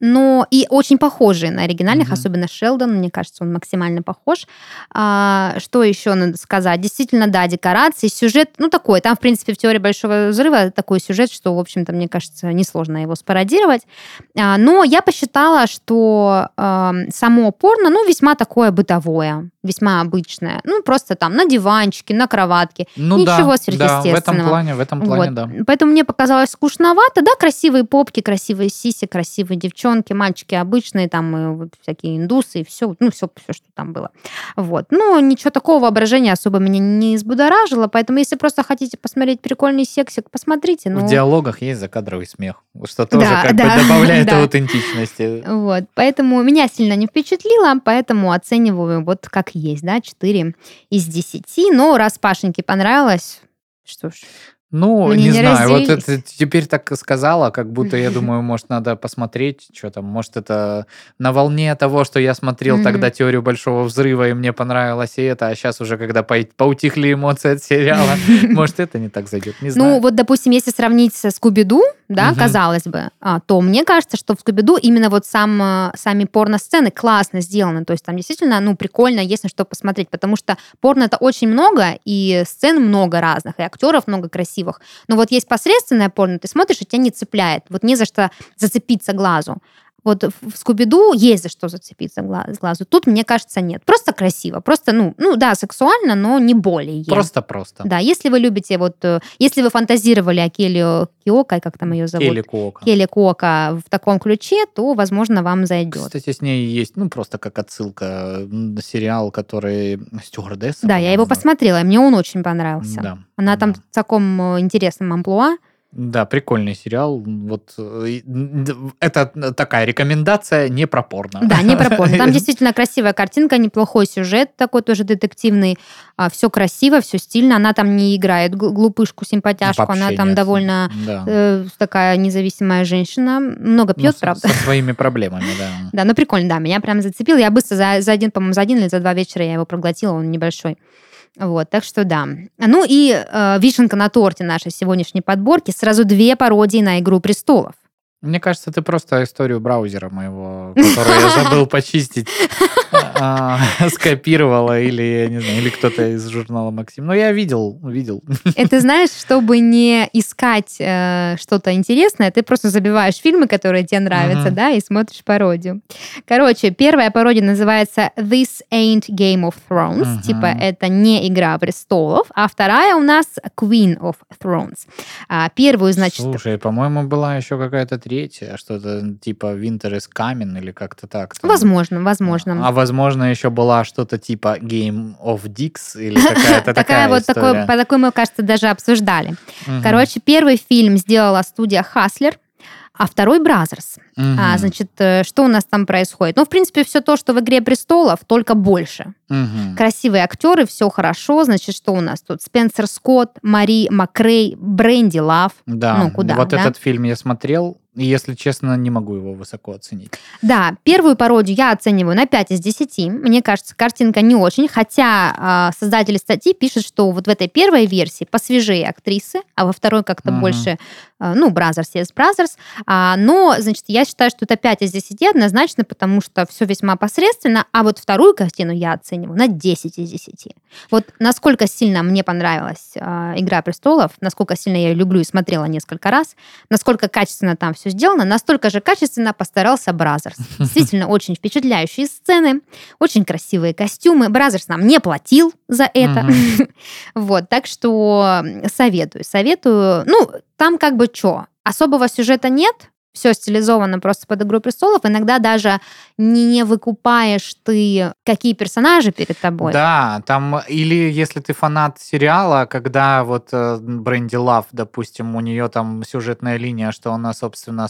но и очень похожие на оригинальных, особенно Шелдон, мне кажется, он максимально похож. Что еще надо сказать? Действительно, да, декорации, сюжет, такой. Там, в принципе, в «Теории большого взрыва» такой сюжет, что, в общем-то, мне кажется, несложно его спародировать. Но я посчитала, что само порно, весьма такое бытовое, весьма обычное. Просто там на диванчике, на кроватке. Ничего сверхъестественного. Да, в этом плане, да. Поэтому мне показалось скучновато. Да, красивые попки, красивые сиси, красивые девчонки, мальчики обычные, там всякие индусы, и все, все, что там было. Вот. Ничего такого, воображения особо меня не взбудоражило, поэтому если просто хотите посмотреть прикольный сексик, посмотрите. В диалогах есть закадровый смех, что тоже добавляет аутентичности. Вот. Поэтому меня сильно не впечатлило, поэтому оцениваю вот как есть, да, 4 из 10. Но раз Пашеньке понравилось, что ж... не знаю, вот это теперь так сказала, как будто, я думаю, может, надо посмотреть, что там, может, это на волне того, что я смотрел тогда «Теорию большого взрыва», и мне понравилось и это, а сейчас уже, когда поутихли эмоции от сериала, может, это не так зайдет, не знаю. Вот, допустим, если сравнить со «Скуби-Ду», да, казалось бы, то мне кажется, что в «Скуби-Ду» именно вот сами порно-сцены классно сделаны, то есть там действительно, прикольно, есть на что посмотреть, потому что порно это очень много, и сцен много разных, и актеров много красивых. Но вот есть посредственное порно, ты смотришь, и тебя не цепляет. Вот не за что зацепиться глазу. Вот в «Скуби-Ду» есть за что зацепиться глазу. Тут, мне кажется, нет. Просто красиво. Просто, да, сексуально, но не более. Просто. Да, если вы любите, если вы фантазировали о Келли Киоко, как там ее зовут? Келли Куоко в таком ключе, то, возможно, вам зайдет. Кстати, с ней есть, просто как отсылка на сериал, который «Стюардесса». Да, я его посмотрела, и мне он очень понравился. Да. Она там в таком интересном амплуа. Да, прикольный сериал. Вот это такая рекомендация не про порно. Да, не про порно. Там действительно красивая картинка, неплохой сюжет такой тоже детективный. Все красиво, все стильно. Она там не играет глупышку, симпатяшку. Она там довольно такая независимая женщина. Много пьет, правда. Со своими проблемами, да. Да, прикольно, да. Меня прям зацепил. Я быстро за один или за 2 вечера я его проглотила. Он небольшой. Вот, так что да. И вишенка на торте нашей сегодняшней подборки. Сразу 2 пародии на «Игру престолов». Мне кажется, ты просто историю браузера моего, которую я забыл почистить, скопировала, или, я не знаю, или кто-то из журнала «Максим». Но я видел. Это, знаешь, чтобы не искать что-то интересное, ты просто забиваешь фильмы, которые тебе нравятся, да, и смотришь пародию. Короче, первая пародия называется «This ain't Game of Thrones», типа это не «Игра престолов», а вторая у нас «Queen of Thrones». Первую, значит... Слушай, по-моему, была еще какая-то третья, что-то типа «Winter is Coming» или как-то так. Возможно. А возможно, еще была что-то типа Game of Dicks или какая-то такая история. Такой мы, кажется, даже обсуждали. Короче, первый фильм сделала студия Хаслер, а второй Бразерс. Значит, что у нас там происходит? В принципе, все то, что в «Игре престолов», только больше. Красивые актеры, все хорошо. Значит, что у нас тут? Спенсер Скотт, Мари Макрей, Бренди Лав. Да, этот фильм я смотрел, и, если честно, не могу его высоко оценить. Да, первую пародию я оцениваю на 5 из 10. Мне кажется, картинка не очень, хотя создатели статьи пишут, что вот в этой первой версии посвежее актрисы, а во второй как-то больше, Бразерс есть Бразерс. Но, значит, я считаю, что это 5 из 10 однозначно, потому что все весьма посредственно, а вот вторую картину я оцениваю на 10 из 10. Вот насколько сильно мне понравилась «Игра престолов», насколько сильно я ее люблю и смотрела несколько раз, насколько качественно там все сделано, настолько же качественно постарался Бразерс. Действительно, очень впечатляющие сцены, очень красивые костюмы. Бразерс нам не платил за это. Вот, так что советую. Там как бы особого сюжета нет, все стилизовано просто под «Игру престолов». Иногда даже не выкупаешь ты, какие персонажи перед тобой. Да, там, или если ты фанат сериала, когда вот Бренди Лав, допустим, у нее там сюжетная линия, что она, собственно,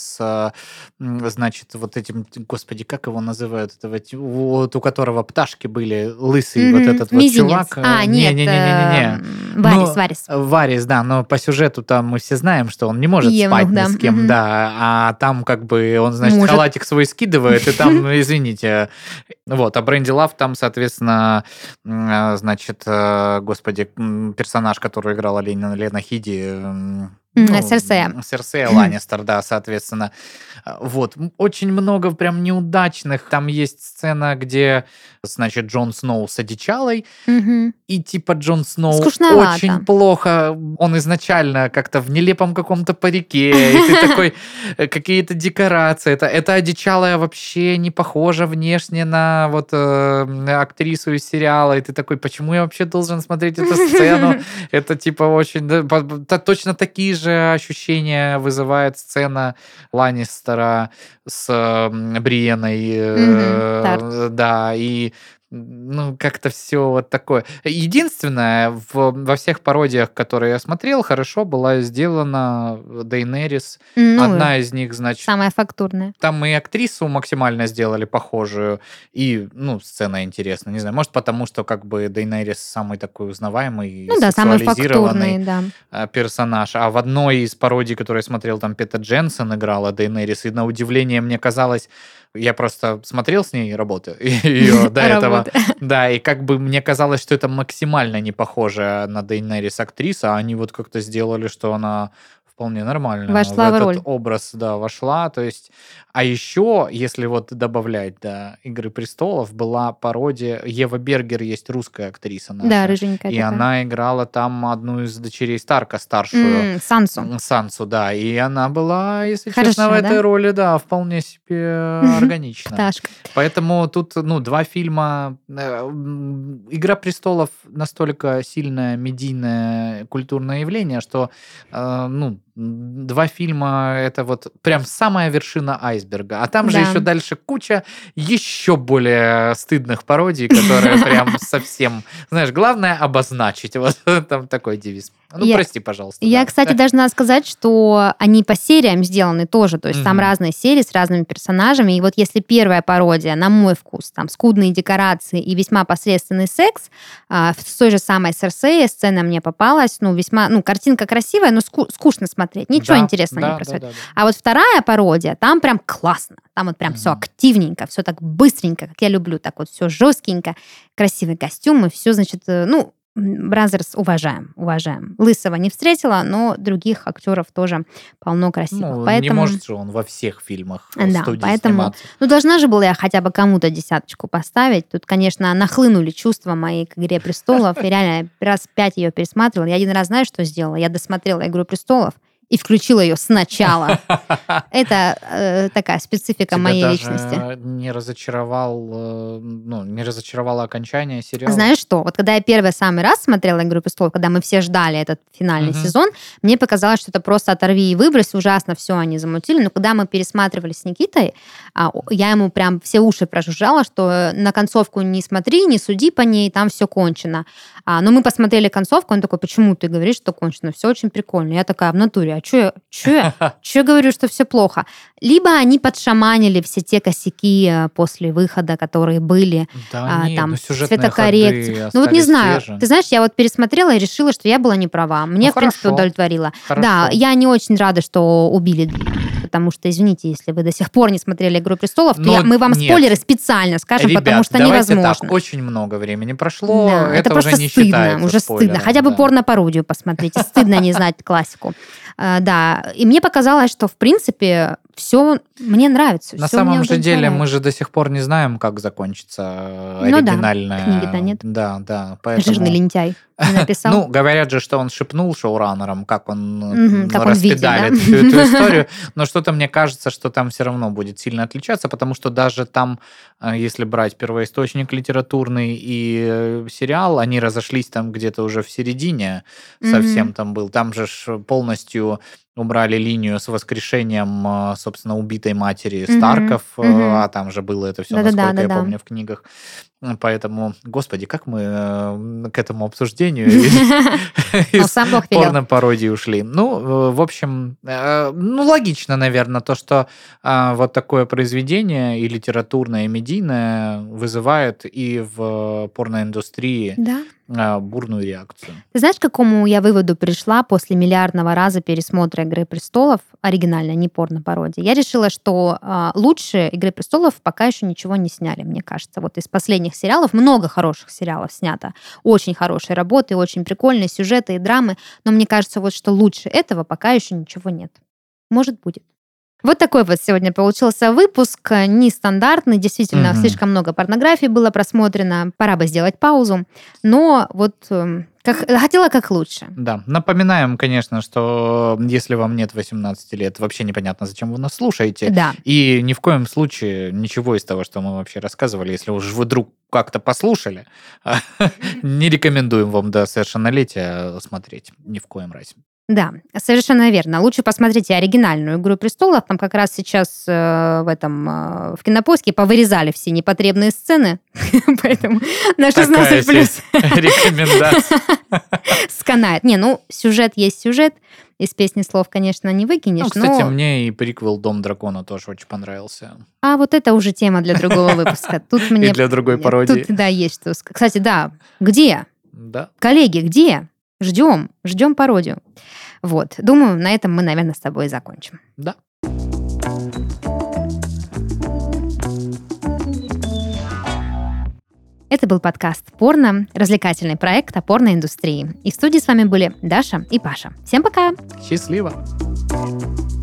значит, вот этим, господи, как его называют, вот у которого пташки были, лысый вот этот Мизинец. вот чувак. Не. Варис. Варис, да, но по сюжету там мы все знаем, что он не может спать ни с кем, да, а там как бы он, значит, халатик свой скидывает, и там, извините, вот, а Бренди Лав там, соответственно, значит, господи, персонаж, который играла Лена Хиди, Серсея Ланнистер, да, соответственно. Вот. Очень много прям неудачных. Там есть сцена, где, значит, Джон Сноу с одичалой, и типа Джон Сноу очень плохо. Он изначально как-то в нелепом каком-то парике, и ты такой, какие-то декорации. Это одичалая вообще не похожа внешне на вот актрису из сериала, и ты такой, почему я вообще должен смотреть эту сцену? Это типа очень... Точно такие же ощущения вызывает сцена Ланнистера с Бриенной. Да, и как-то все вот такое. Единственное, во всех пародиях, которые я смотрел, хорошо была сделана Дейнерис. Одна из них, значит... Самая фактурная. Там и актрису максимально сделали похожую, и, сцена интересная. Не знаю, может, потому что как бы Дейнерис самый такой узнаваемый, сексуализированный персонаж. А в одной из пародий, которую я смотрел, там Пета Дженсен играла Дейнерис, и на удивление мне казалось... Я просто смотрел с ней работы ее до этого. Да, и как бы мне казалось, что это максимально не похоже на Дейнерис актриса, а они вот как-то сделали, что она вполне нормально вошла в роль. Образ, да, вошла. То есть, а еще, если вот добавлять до «Игры престолов», была пародия, Ева Бергер есть русская актриса наша. Да, рыженькая и такая. Она играла там одну из дочерей Старка, старшую. Сансу, да. И она была, если честно, в этой роли, да, вполне себе органична. Пташка. Поэтому тут, два фильма. «Игра престолов» настолько сильное медийное культурное явление, что, два фильма — это вот прям самая вершина айсберга. А там же еще дальше куча еще более стыдных пародий, которые прям совсем... Знаешь, главное обозначить. Вот там такой девиз. Прости, пожалуйста. Я, кстати, должна сказать, что они по сериям сделаны тоже. То есть там разные серии с разными персонажами. И вот если первая пародия, на мой вкус, там скудные декорации и весьма посредственный секс, с той же самой Серсеей сцена мне попалась, весьма... картинка красивая, но скучно смотреть. Ничего интересного не происходит. Да. А вот вторая пародия, там прям классно. Там вот прям все активненько, все так быстренько, как я люблю. Так вот все жестенько, красивые костюмы, все, значит, Бразерс уважаем. Лысого не встретила, но других актеров тоже полно красивых. Поэтому... Не может же он во всех фильмах студии сниматься. Должна же была я хотя бы кому-то 10 поставить. Тут, конечно, нахлынули чувства мои к «Игре престолов». И реально раз 5 ее пересматривала. Я один раз, знаешь, что сделала? Я досмотрела «Игру престолов» и включила ее сначала. Это такая специфика моей личности. Тебя не разочаровало окончание сериала? Знаешь что? Вот когда я первый самый раз смотрела «Игру престолов», когда мы все ждали этот финальный сезон, мне показалось, что это просто оторви и выбрось, ужасно все они замутили. Но когда мы пересматривали с Никитой, я ему прям все уши прожужжала, что на концовку не смотри, не суди по ней, там все кончено. Но мы посмотрели концовку, он такой, почему ты говоришь, что кончено? Все очень прикольно. Я такая, в натуре, а что я говорю, что все плохо? Либо они подшаманили все те косяки после выхода, которые были, там, цветокоррекции. Вот не знаю. Ты знаешь, я вот пересмотрела и решила, что я была не права. Мне, в принципе, удовлетворило. Да, я не очень рада, что убили, потому что, извините, если вы до сих пор не смотрели «Игру престолов», то мы вам спойлеры специально скажем, ребят, потому что невозможно. Так, очень много времени прошло, да, это уже не считается уже стыдно. Хотя бы порно-пародию посмотрите, стыдно не знать классику. Да, и мне показалось, что, в принципе, все мне нравится. На самом же деле мы же до сих пор не знаем, как закончится оригинальная... книги-то нет. Да. Жирный лентяй не написал. Говорят же, что он шепнул шоураннерам, как он распедалит всю эту историю, но что-то мне кажется, что там все равно будет сильно отличаться, потому что даже там, если брать первоисточник литературный и сериал, они разошлись там где-то уже в середине, совсем там был. Там же полностью убрали линию с воскрешением, собственно, убитой матери Старков, а там же было это все, насколько я помню, в книгах. Поэтому, господи, как мы к этому обсуждению из порно-пародии ушли. В общем, логично, наверное, то, что вот такое произведение и литературное, и медийное вызывает и в порноиндустрии бурную реакцию. Ты знаешь, к какому я выводу пришла после миллиардного раза пересмотра «Игры престолов», оригинальной, не порно-пародии? Я решила, что лучше «Игры престолов» пока еще ничего не сняли, мне кажется, вот из последних нормальных сериалов, много хороших сериалов снято, очень хорошие работы, очень прикольные сюжеты и драмы, но мне кажется, вот что лучше этого пока еще ничего нет. Может, будет. Вот такой вот сегодня получился выпуск, нестандартный, действительно, слишком много порнографии было просмотрено, пора бы сделать паузу, но вот хотела как лучше. Да, напоминаем, конечно, что если вам нет 18 лет, вообще непонятно, зачем вы нас слушаете, Да. и ни в коем случае ничего из того, что мы вообще рассказывали, если уж вы вдруг как-то послушали, не рекомендуем вам до совершеннолетия смотреть, ни в коем разе. Да, совершенно верно. Лучше посмотрите оригинальную «Игру престолов». Там как раз сейчас в Кинопоиске повырезали все непотребные сцены, поэтому на 16 плюс рекомендация. Сканает. Не, ну, сюжет есть сюжет. Из песни слов, конечно, не выкинешь. Ну, кстати, мне и приквел «Дом дракона» тоже очень понравился. А вот это уже тема для другого выпуска. Тут мне... И для другой пародии. Тут, да, есть что... Кстати, да, где? Да. Коллеги, где? Ждем пародию. Вот. Думаю, на этом мы, наверное, с тобой и закончим. Да. Это был подкаст «Порно», развлекательный проект о порноиндустрии. И в студии с вами были Даша и Паша. Всем пока! Счастливо!